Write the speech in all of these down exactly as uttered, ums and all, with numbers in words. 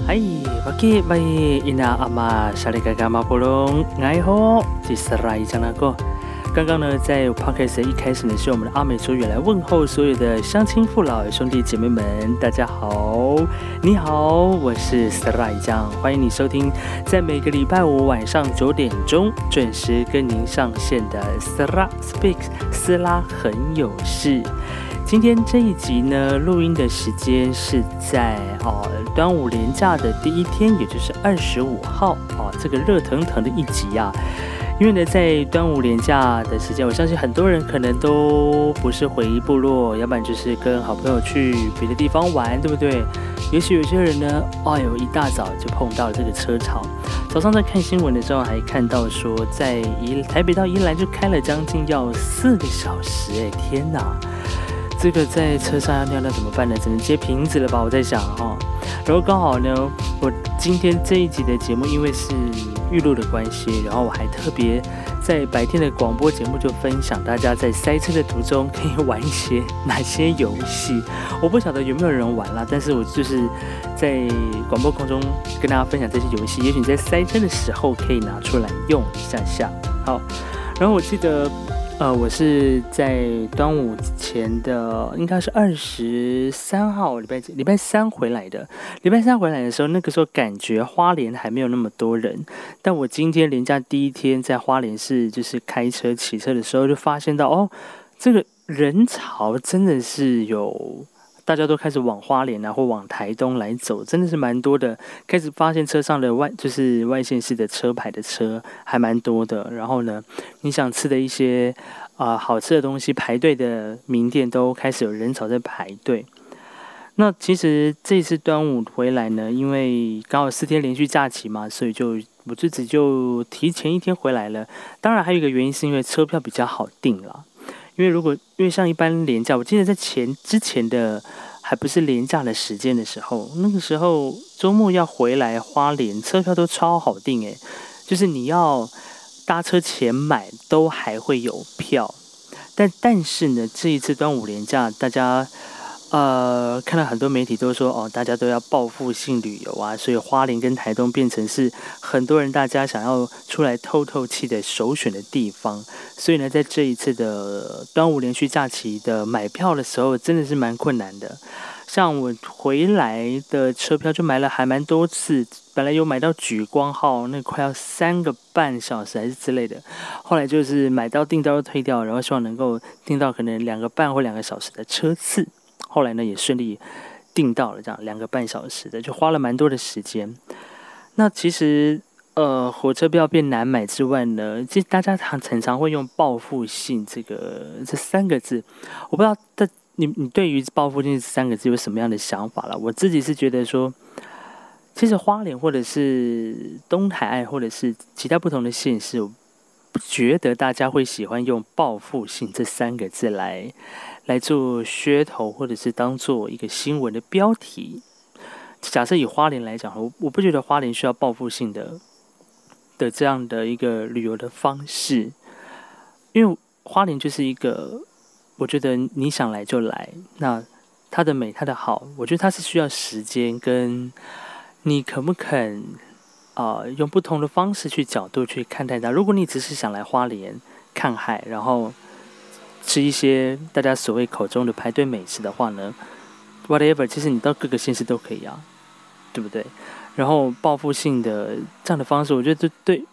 嗨，我给拜伊那阿妈沙里嘎嘎马布隆，爱好这是来讲那个。刚刚呢，在 podcast 一开始呢，是我们的阿美族语来问候所有的乡亲父老兄弟姐妹们，大家好，你好，我是 Sara 酱，欢迎你收听，在每个礼拜五晚上九点钟准时跟您上线的 Sara Speaks 斯拉很有事。今天这一集呢，录音的时间是在哦端午连假的第一天，也就是二十五号哦，这个热腾腾的一集啊。因为呢，在端午连假的时间，我相信很多人可能都不是回部落，要不然就是跟好朋友去别的地方玩，对不对？也许有些人呢，哎呦，一大早就碰到了这个车潮。早上在看新闻的时候，还看到说，在宜台北到宜兰就开了将近要四个小时，哎，天哪！这个在车上要尿尿怎么办呢？只能接瓶子了吧？我在想哈、哦。然后刚好呢，我今天这一集的节目，因为是预录的关系，然后我还特别在白天的广播节目就分享大家在塞车的途中可以玩一些哪些游戏。我不晓得有没有人玩啦，但是我就是在广播空中跟大家分享这些游戏，也许你在塞车的时候可以拿出来用一下下。好，然后我记得。呃，我是在端午前的，应该是二十三号，礼拜礼拜三回来的。礼拜三回来的时候，那个时候感觉花莲还没有那么多人，但我今天连假第一天在花莲市，就是开车骑车的时候，就发现到哦，这个人潮真的是有。大家都开始往花莲啊，或往台东来走，真的是蛮多的。开始发现车上的外就是外县市的车牌的车还蛮多的。然后呢，你想吃的一些啊、呃、好吃的东西，排队的名店都开始有人潮在排队。那其实这次端午回来呢，因为刚好四天连续假期嘛，所以就我自己就提前一天回来了。当然还有一个原因是因为车票比较好订啦。因为如果因为像一般连假，我记得在前之前的还不是连假的时间的时候，那个时候周末要回来花莲，车票都超好订诶，就是你要搭车前买都还会有票。但但是呢，这一次端午连假，大家呃看到很多媒体都说哦，大家都要报复性旅游啊，所以花莲跟台东变成是很多人大家想要出来透透气的首选的地方。所以呢，在这一次的端午连续假期的买票的时候，真的是蛮困难的。像我回来的车票就买了还蛮多次，本来有买到莒光号，那快要三个半小时还是之类的，后来就是买到订到又退掉，然后希望能够订到可能两个半或两个小时的车次。后来呢，也顺利订到了这样两个半小时的，就花了蛮多的时间。那其实。呃，火车票变难买之外呢，其实大家常很常会用报复性这个这三个字，我不知道但你你对于报复性这三个字有什么样的想法了？我自己是觉得说，其实花莲或者是东海岸或者是其他不同的县市，我不觉得大家会喜欢用报复性这三个字来来做噱头，或者是当做一个新闻的标题。假设以花莲来讲，我我不觉得花莲需要报复性的。的这样的一个旅游的方式，因为花莲就是一个，我觉得你想来就来，那它的美它的好，我觉得它是需要时间跟你肯不肯啊、呃、用不同的方式去角度去看待它。如果你只是想来花莲看海，然后吃一些大家所谓口中的排队美食的话呢 ，whatever， 其实你到各个县市都可以啊，对不对？然后报复性的这样的方式，我觉得这对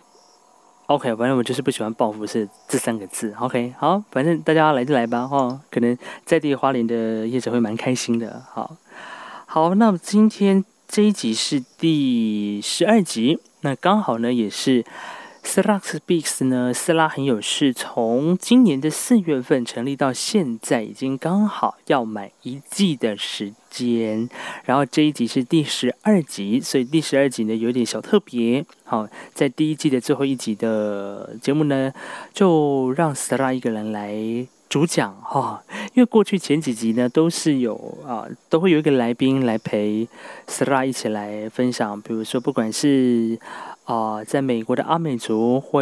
，OK， 反正我就是不喜欢报复是这三个字。OK， 好，反正大家来就来吧，哦，可能在地花莲的业者会蛮开心的。好，好，那么今天这一集是第十二集，那刚好呢也是。Sara Speaks 呢，斯拉很有事，从今年的四月份成立到现在，已经刚好要满一季的时间。然后这一集是第十二集，所以第十二集呢有点小特别。好，在第一季的最后一集的节目呢，就让 Sara 一个人来主讲哈、哦，因为过去前几集呢都是有啊，都会有一个来宾来陪 Sara 一起来分享，比如说不管是。啊、呃，在美国的阿美族，或者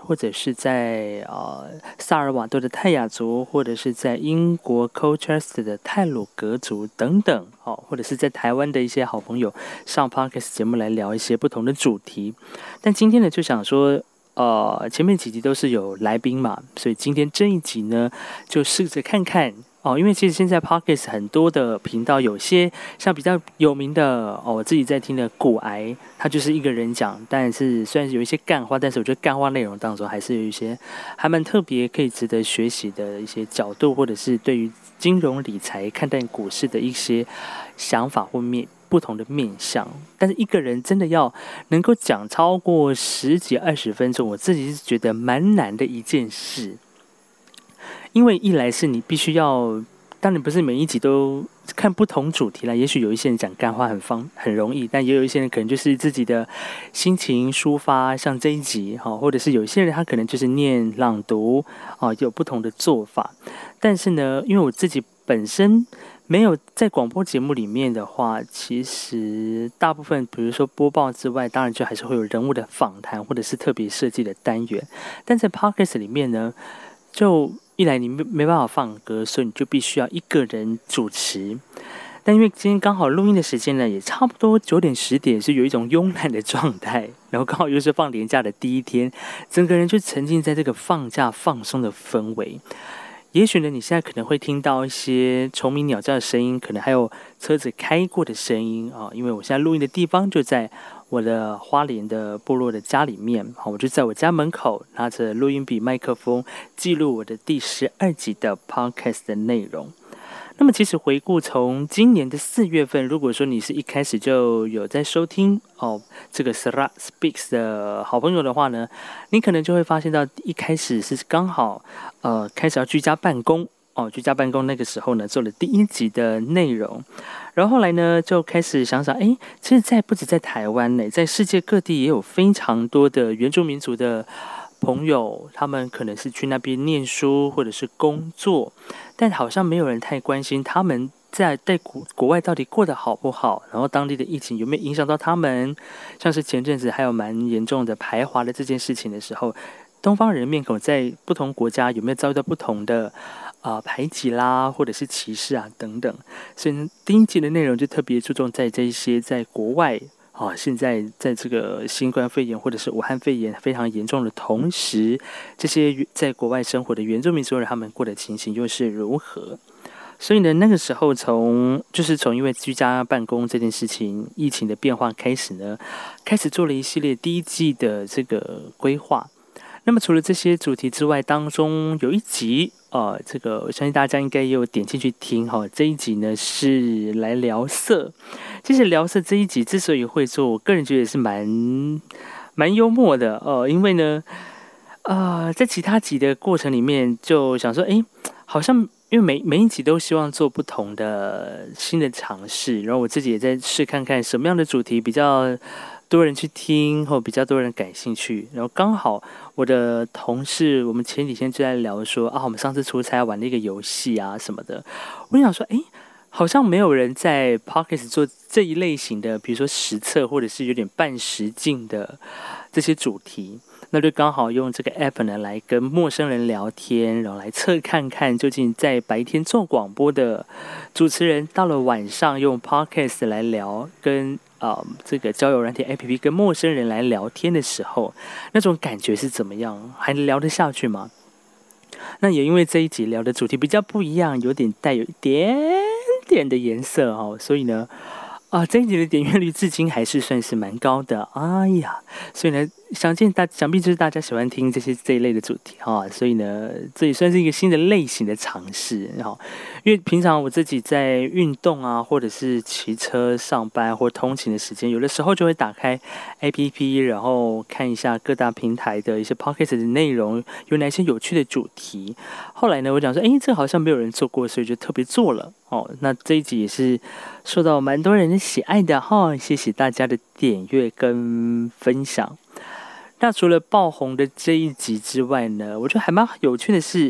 或者是在呃萨尔瓦多的泰雅族，或者是在英国 Colchester 的太鲁阁族等等，哦，或者是在台湾的一些好朋友上 Podcast 节目来聊一些不同的主题。但今天呢，就想说，呃，前面几集都是有来宾嘛，所以今天这一集呢，就试着看看。哦，因为其实现在 Podcast 很多的频道，有些像比较有名的哦，我自己在听的股癌，他就是一个人讲，但是虽然有一些干话，但是我觉得干话内容当中还是有一些还蛮特别，可以值得学习的一些角度，或者是对于金融理财、看待股市的一些想法或面不同的面向。但是一个人真的要能够讲超过十几二十分钟，我自己是觉得蛮难的一件事。因为一来是你必须要，当然不是每一集都看不同主题啦，也许有一些人讲干话很方很容易，但也有一些人可能就是自己的心情抒发，像这一集，或者是有一些人他可能就是念朗读，有不同的做法。但是呢，因为我自己本身没有在广播节目里面的话，其实大部分比如说播报之外，当然就还是会有人物的访谈或者是特别设计的单元，但在 Podcast 里面呢，就一来你没没办法放歌，所以你就必须要一个人主持。但因为今天刚好录音的时间呢，也差不多九点十点，是有一种慵懒的状态，然后刚好又是放连假的第一天，整个人就沉浸在这个放假放松的氛围。也许呢，你现在可能会听到一些虫鸣鸟叫的声音，可能还有车子开过的声音啊，因为我现在录音的地方就在我的花莲的部落的家里面，我就在我家门口拿着录音笔麦克风记录我的第十二集的 podcast 的内容。那么其实回顾从今年的四月份，如果说你是一开始就有在收听哦这个 Sara Speaks 的好朋友的话呢，你可能就会发现到一开始是刚好呃开始要居家办公哦，居家办公那个时候呢做了第一集的内容，然后后来呢就开始想想，哎，其实在不止在台湾呢，在世界各地也有非常多的原住民族的朋友，他们可能是去那边念书或者是工作，但好像没有人太关心他们在在国国外到底过得好不好，然后当地的疫情有没有影响到他们，像是前阵子还有蛮严重的排华的这件事情的时候，东方人面孔在不同国家有没有遭遇到不同的呃排挤啦，或者是歧视啊等等。所以第一集的内容就特别注重在这一些在国外哦，现在在这个新冠肺炎或者是武汉肺炎非常严重的同时，这些在国外生活的原住民族人他们过的情形又是如何？所以呢，那个时候从就是从因为居家办公这件事情，疫情的变化开始呢，开始做了一系列第一季的这个规划。那么除了这些主题之外，当中有一集呃，这个我相信大家应该也有点进去听哈、哦。这一集呢是来聊色。其实聊色这一集之所以会做，我个人觉得也是蛮蛮幽默的哦，因为呢，呃，在其他集的过程里面，就想说，哎，好像因为每每一集都希望做不同的新的尝试，然后我自己也在试看看什么样的主题比较多人去听，或比较多人感兴趣。然后刚好我的同事，我们前几天就在聊说啊，我们上次出差玩的一个游戏啊什么的。我就想说，哎，好像没有人在 Podcast 做这一类型的，比如说实测或者是有点半实境的这些主题。那就刚好用这个 app 呢来跟陌生人聊天，然后来测看看究竟在白天做广播的主持人，到了晚上用 podcast 来聊，跟呃这个交友软体 A P P 跟陌生人来聊天的时候，那种感觉是怎么样？还聊得下去吗？那也因为这一集聊的主题比较不一样，有点带有一点点的颜色哦，所以呢。啊，这一集的点阅率至今还是算是蛮高的，哎呀，所以呢，想见大想必就是大家喜欢听这些这一类的主题哈、哦，所以呢，这也算是一个新的类型的尝试哈、哦。因为平常我自己在运动啊，或者是骑车上班或通勤的时间，有的时候就会打开 A P P， 然后看一下各大平台的一些 Podcast 的内容，有哪些有趣的主题。后来呢，我讲说，哎，这好像没有人做过，所以就特别做了。哦，那这一集也是受到蛮多人的喜爱的哈、哦，谢谢大家的点阅跟分享。那除了爆红的这一集之外呢，我觉得还蛮有趣的是，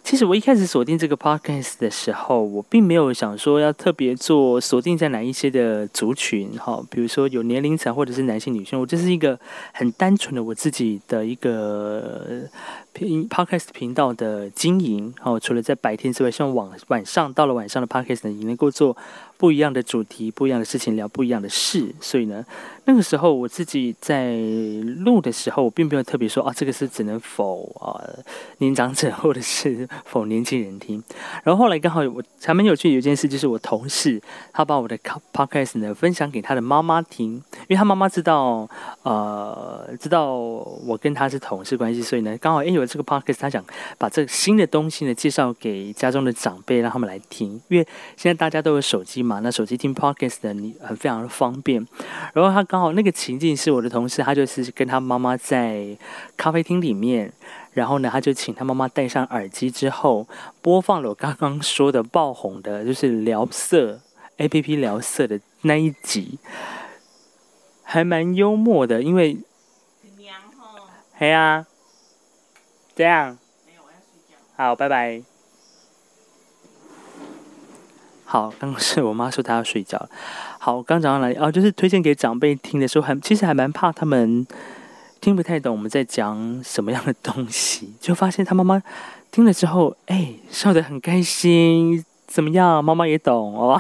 其实我一开始锁定这个 podcast 的时候，我并没有想说要特别做锁定在哪一些的族群，哈，比如说有年龄层或者是男性女性，我这是一个很单纯的我自己的一个 podcast 频道的经营，哦，除了在白天之外，希望晚晚上到了晚上的 podcast 呢，也能够做不一样的主题、不一样的事情，聊不一样的事。所以呢，那个时候我自己在录的时候，我并没有特别说啊，这个是只能否啊、呃、年长者或者是否年轻人听。然后后来刚好我还蛮有趣的有一件事，就是我同事他把我的 podcast 呢分享给他的妈妈听，因为他妈妈知道呃知道我跟他是同事关系，所以呢刚好哎有这个 podcast， 他想把这个新的东西呢介绍给家中的长辈，让他们来听。因为现在大家都有手机嘛，那手机听 podcast 呢你很非常的方便。然后他刚好那个情境是我的同事，他就是跟他妈妈在咖啡厅里面。然后呢，他就请他妈妈戴上耳机之后，播放了我刚刚说的爆红的，就是聊色 A P P 聊色的那一集，还蛮幽默的，因为，嘿啊，这样，好，拜拜。好，刚刚是我妈说她要睡觉。好，刚讲到哪里？哦，就是推荐给长辈听的时候，还其实还蛮怕他们听不太懂我们在讲什么样的东西，就发现他妈妈听了之后，哎，笑得很开心。怎么样？妈妈也懂哦。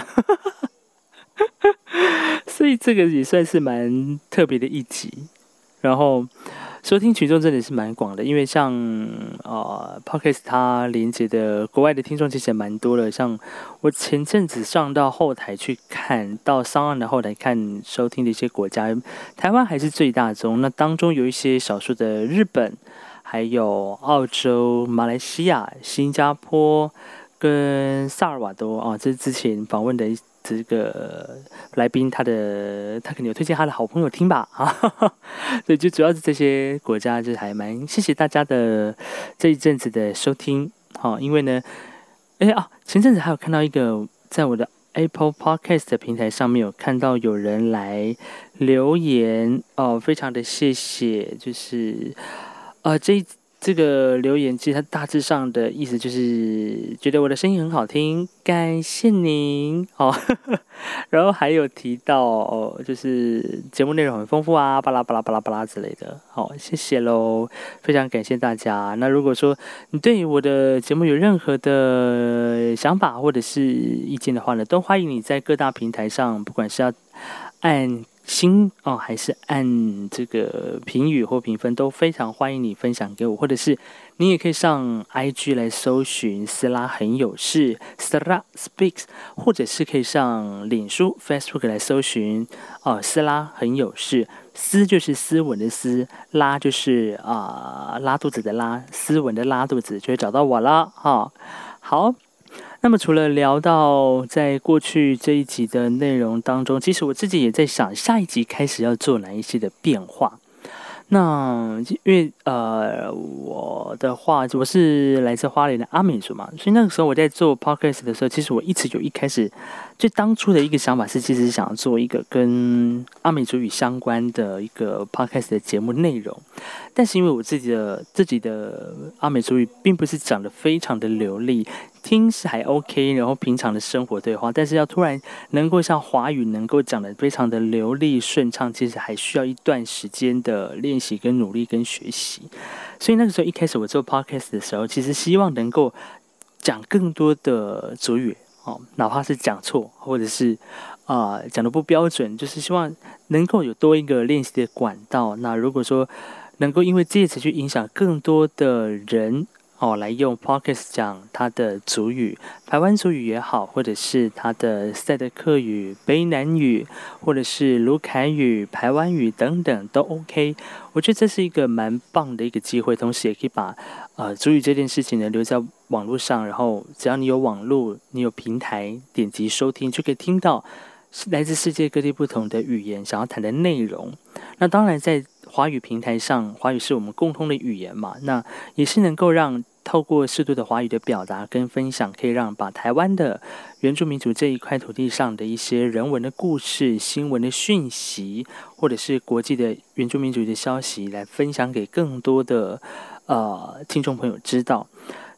所以这个也算是蛮特别的一集。然后收听群众真的是蛮广的，因为像呃 Podcast 它连接的国外的听众其实也蛮多的。像我前阵子上到后台去看到上岸的后台看收听的一些国家，台湾还是最大宗，那当中有一些少数的日本，还有澳洲、马来西亚、新加坡跟萨尔瓦多啊，这是之前访问的这个来宾，他的他可能有推荐他的好朋友听吧啊，对，就主要是这些国家，就是还蛮谢谢大家的这一阵子的收听，好、哦，因为呢，哎啊，前阵子还有看到一个在我的 Apple Podcast 的平台上面有看到有人来留言哦，非常的谢谢，就是呃这一。这个留言其实它大致上的意思就是觉得我的声音很好听，感谢您哦。呵呵，然后还有提到哦，就是节目内容很丰富啊，巴拉巴拉巴拉巴拉之类的。好、哦，谢谢喽，非常感谢大家。那如果说你对我的节目有任何的想法或者是意见的话呢，都欢迎你在各大平台上，不管是要按新哦，还是按这个评语或评分，都非常欢迎你分享给我，或者是你也可以上 I G 来搜寻斯拉很有事 Stella Speaks， 或者是可以上脸书 Facebook 来搜寻哦，斯拉很有事，斯就是斯文的斯，拉就是啊、呃、拉肚子的拉，斯文的拉肚子，就会找到我了哈、哦。好。那么除了聊到在过去这一集的内容当中，其实我自己也在想下一集开始要做哪一些的变化。那因为呃我的话我是来自花莲的阿美族嘛，所以那个时候我在做 podcast 的时候，其实我一直有一开始最当初的一个想法是，其实是想要做一个跟阿美族语相关的一个 podcast 的节目内容。但是因为我自己的自己的阿美族语并不是讲得非常的流利，听是还 OK， 然后平常的生活对话，但是要突然能够像华语能够讲得非常的流利顺畅，其实还需要一段时间的练习跟努力跟学习。所以那个时候一开始我做 podcast 的时候，其实希望能够讲更多的族语哦，哪怕是讲错或者是啊、呃、讲得不标准，就是希望能够有多一个练习的管道。那如果说能够因为这一次去影响更多的人哦，来用 podcast 讲他的族语，台湾族语也好，或者是他的赛德克语、卑南语，或者是卢凯语、排湾语等等都 OK。我觉得这是一个蛮棒的一个机会，同时也可以把呃族语这件事情呢留在网络上，然后只要你有网络，你有平台，点击收听就可以听到来自世界各地不同的语言想要谈的内容。那当然在华语平台上，华语是我们共通的语言嘛，那也是能够让透过适度的华语的表达跟分享，可以让把台湾的原住民族这一块土地上的一些人文的故事、新闻的讯息，或者是国际的原住民族的消息，来分享给更多的呃听众朋友知道。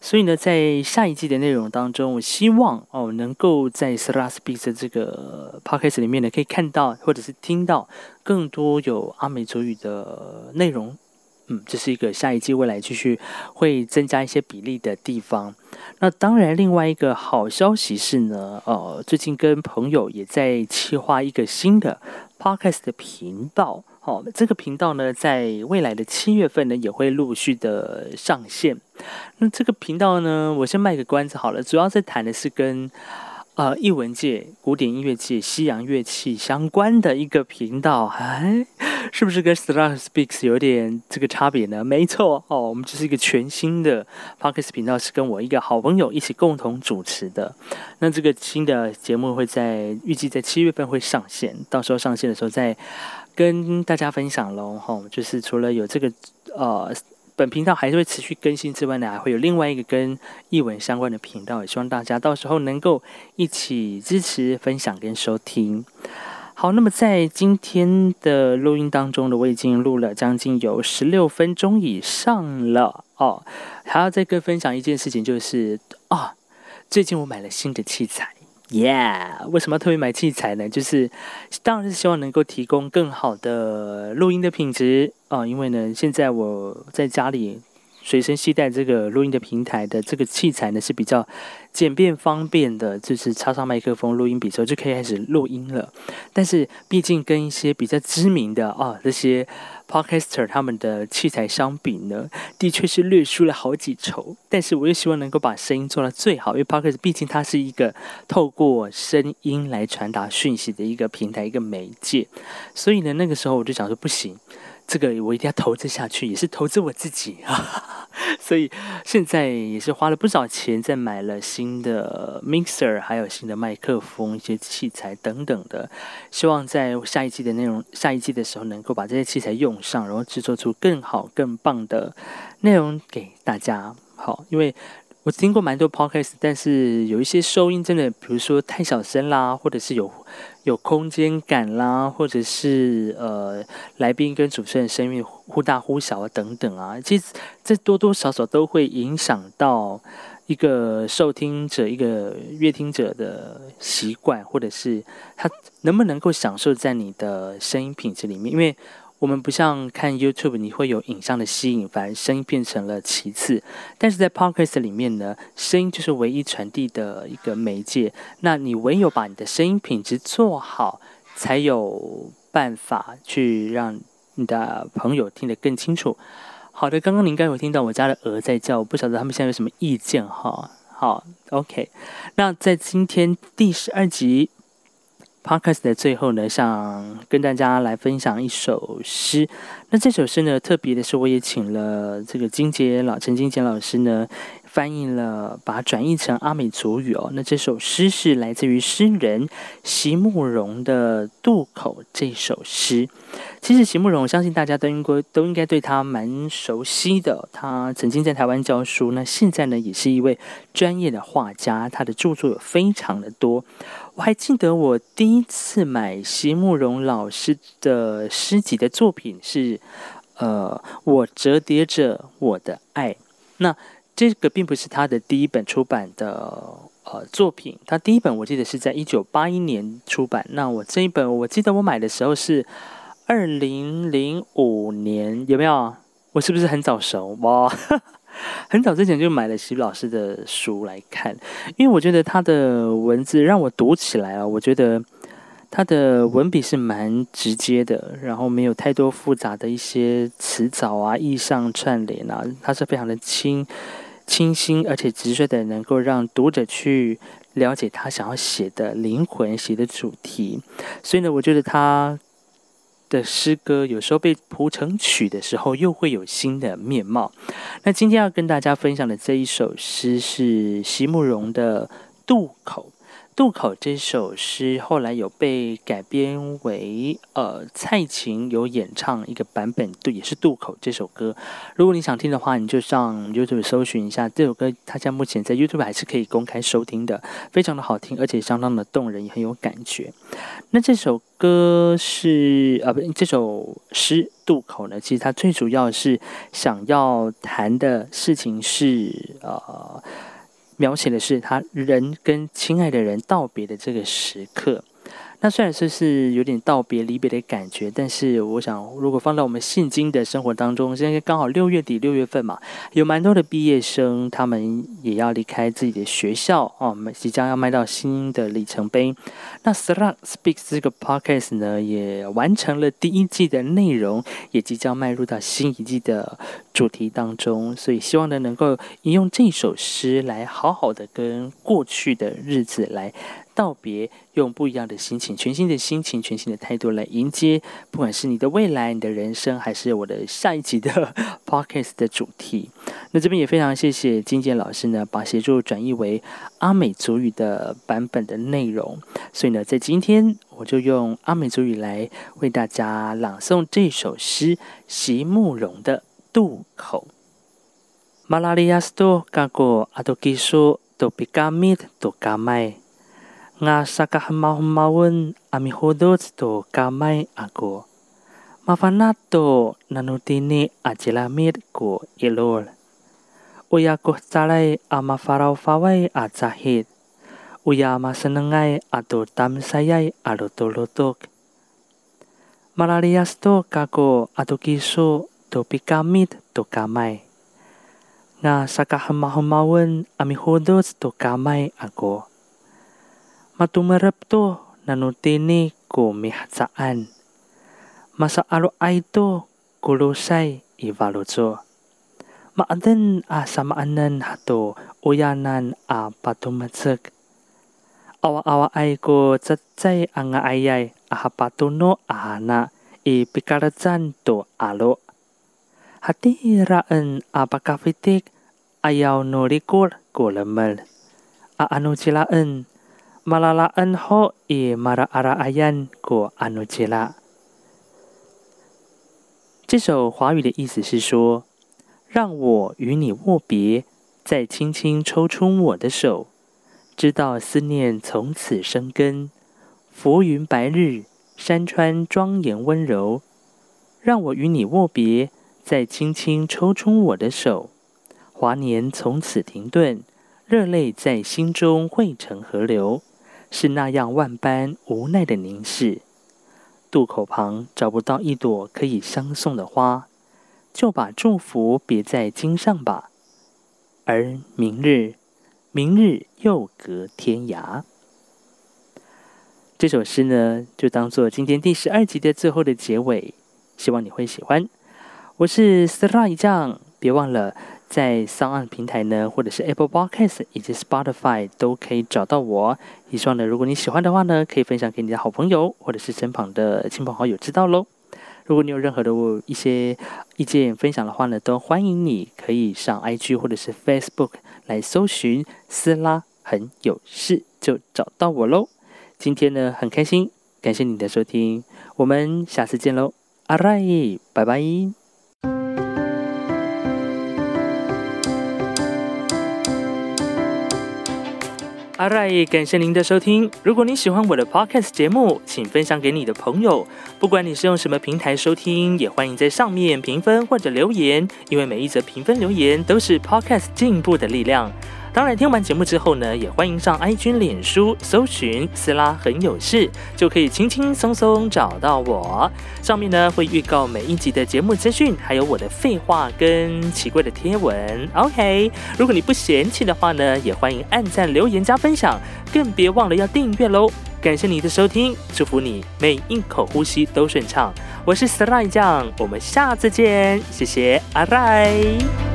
所以呢，在下一季的内容当中，我希望哦能够在 Sera Speaks 的这个 podcast 里面呢，可以看到或者是听到更多有阿美族语的内容。嗯，这是一个下一季未来继续会增加一些比例的地方。那当然，另外一个好消息是呢，呃，最近跟朋友也在企划一个新的 podcast 的频道。好、哦，这个频道呢，在未来的七月份呢，也会陆续的上线。那这个频道呢，我先卖个关子好了，主要在谈的是跟呃艺文界、古典音乐界、西洋乐器相关的一个频道。哎，是不是跟 Sera Speaks 有点这个差别呢？没错哦，我们这是一个全新的 podcast 频道，是跟我一个好朋友一起共同主持的。那这个新的节目会在预计在七月份会上线，到时候上线的时候再跟大家分享咯。哈、哦，就是除了有这个呃。本频道还是会持续更新之外呢，还会有另外一个跟艺文相关的频道，也希望大家到时候能够一起支持、分享跟收听。好，那么在今天的录音当中呢，我已经录了将近有十六分钟以上了哦。还要再跟分享一件事情，就是啊，最近我买了新的器材。Yeah， 为什么要特别买器材呢？就是当然是希望能够提供更好的录音的品质啊、呃，因为呢，现在我在家里随身携带这个录音的平台的这个器材呢是比较简便方便的，就是插上麦克风、录音笔之后就可以开始录音了。但是毕竟跟一些比较知名的啊这些 podcaster 他们的器材相比呢，的确是略输了好几筹。但是我又希望能够把声音做到最好，因为 podcast 毕竟它是一个透过声音来传达讯息的一个平台、一个媒介。所以呢，那个时候我就想说，不行，这个我一定要投资下去，也是投资我自己啊。所以现在也是花了不少钱，在买了新的 mixer， 还有新的麦克风、一些器材等等的。希望在下一季的内容，下一季的时候能够把这些器材用上，然后制作出更好、更棒的内容给大家。好，因为我听过蛮多 podcast， 但是有一些收音真的，比如说太小声啦，或者是有有空间感啦，或者是呃来宾跟主持人声音忽大忽小啊等等啊，其实这多多少少都会影响到一个受听者、一个乐听者的习惯，或者是他能不能够享受在你的声音品质里面，因为我们不像看 YouTube 你会有影像的吸引，反而声音变成了其次。但是在 Podcast 里面呢，声音就是唯一传递的一个媒介。那你唯有把你的声音品质做好，才有办法去让你的朋友听得更清楚。好的，刚刚您应该有听到我家的鹅在叫，我不晓得他们现在有什么意见哈。好 ，OK。那在今天第十二集Podcast 的最后呢，想跟大家来分享一首诗。那这首诗呢，特别的是我也请了这个金杰老陈金杰老师呢翻译了，把它转译成阿美族语哦。那这首诗是来自于诗人席慕容的《渡口》这首诗。其实席慕容，我相信大家都应该都应该对他蛮熟悉的。他曾经在台湾教书，那现在呢也是一位专业的画家，他的著作有非常的多。我还记得我第一次买席慕容老师的诗集的作品是，呃，我折叠着我的爱。那这个并不是他的第一本出版的呃作品，他第一本我记得是在一九八一年出版。那我这一本我记得我买的时候是二零零五年，有没有？我是不是很早熟？哇！很早之前就买了席老师的书来看，因为我觉得他的文字让我读起来啊，我觉得他的文笔是蛮直接的，然后没有太多复杂的一些词藻啊、意象串联啊，他是非常的清清新，而且直率的，能够让读者去了解他想要写的灵魂、写的主题。所以呢，我觉得他的诗歌有时候被谱成曲的时候，又会有新的面貌。那今天要跟大家分享的这一首诗是席慕容的《渡口》。 渡口这首诗后来有被改编为呃蔡琴有演唱一个版本，对，也是渡口这首歌。如果你想听的话，你就上 YouTube 搜寻一下这首歌，它现在目前在 YouTube 还是可以公开收听的，非常的好听，而且相当的动人，也很有感觉。那这首歌是呃不，这首诗渡口呢，其实它最主要是想要谈的事情是呃。描写的是他人跟亲爱的人道别的这个时刻。那虽然说是有点道别离别的感觉，但是我想如果放到我们现今的生活当中，现在刚好六月底六月份嘛，有蛮多的毕业生他们也要离开自己的学校哦，我们即将要迈到新的里程碑。那 Sera Speaks 这个 podcast 呢也完成了第一季的内容，也即将迈入到新一季的主题当中，所以希望呢能够引用这首诗来好好的跟过去的日子来道别，用不一样的心情，全新的心情，全新的态度来迎接，不管是你的未来，你的人生，还是我的下一集的 podcast 的主题。那这边也非常谢谢金健老师呢，把协助转译为阿美族语的版本的内容。所以呢，在今天我就用阿美族语来为大家朗诵这首诗席慕容的渡口。马拉利亚斯多嘎过阿多基说多比嘎米多嘎麦。nga sakahamahumawen amihodot to kamay ako. Mafanato nanutini ajilamid ko ilol. Uya ko talay amafaraw faway at sahid. Uya masenengay ato tamsayay alutulutok. Malaliyas to kako ato kiso to pikamid to kamay. Nga sakahamahumawen amihodot to kamay ako. Matumarap to nanutini ko mihatsaan. Masaalo ay to kulusay ivaluto. Maadan a samaanan hato uyanan a patumatsag. Awa-awa ay ko tsatsay ang ayay ahapatuno ahana ipikaratsan to alo. Hatiraan a pakafitik ayaw no rikor ko lamal. Aano silaan malalaan ho i maraaraayan ko ano sila。这首华语的意思是说，让我与你握别，再轻轻抽出我的手，知道思念从此生根。浮云白日，山川庄严温柔。让我与你握别，再轻轻抽出我的手，华年从此停顿，热泪在心中汇成河流。是那样万般无奈的凝视，渡口旁找不到一朵可以相送的花，就把祝福别在襟上吧。而明日，明日又隔天涯。这首诗呢，就当做今天第十二集的最后的结尾，希望你会喜欢。我是 Sera 一酱，别忘了在 SoundOn 平台呢，或者是 Apple Podcast 以及 Spotify 都可以找到我。也希望呢，如果你喜欢的话呢，可以分享给你的好朋友或者是身旁的亲朋好友知道咯。如果你有任何的一些意见分享的话呢，都欢迎你可以上 I G 或者是 Facebook 来搜寻斯拉很有事，就找到我咯。今天呢，很开心，感谢你的收听，我们下次见咯。阿赖，拜拜。Alright， 感谢您的收听。如果你喜欢我的 Podcast 节目，请分享给你的朋友。不管你是用什么平台收听，也欢迎在上面评分或者留言，因为每一则评分留言都是 Podcast 进步的力量。当然，听完节目之后呢，也欢迎上 I G 脸书搜寻斯拉很有事，就可以轻轻松松找到我。上面呢会预告每一集的节目资讯，还有我的废话跟奇怪的贴文。OK， 如果你不嫌弃的话呢，也欢迎按赞、留言、加分享，更别忘了要订阅喽。感谢你的收听，祝福你每一口呼吸都顺畅。我是斯拉酱，我们下次见，谢谢，阿赖。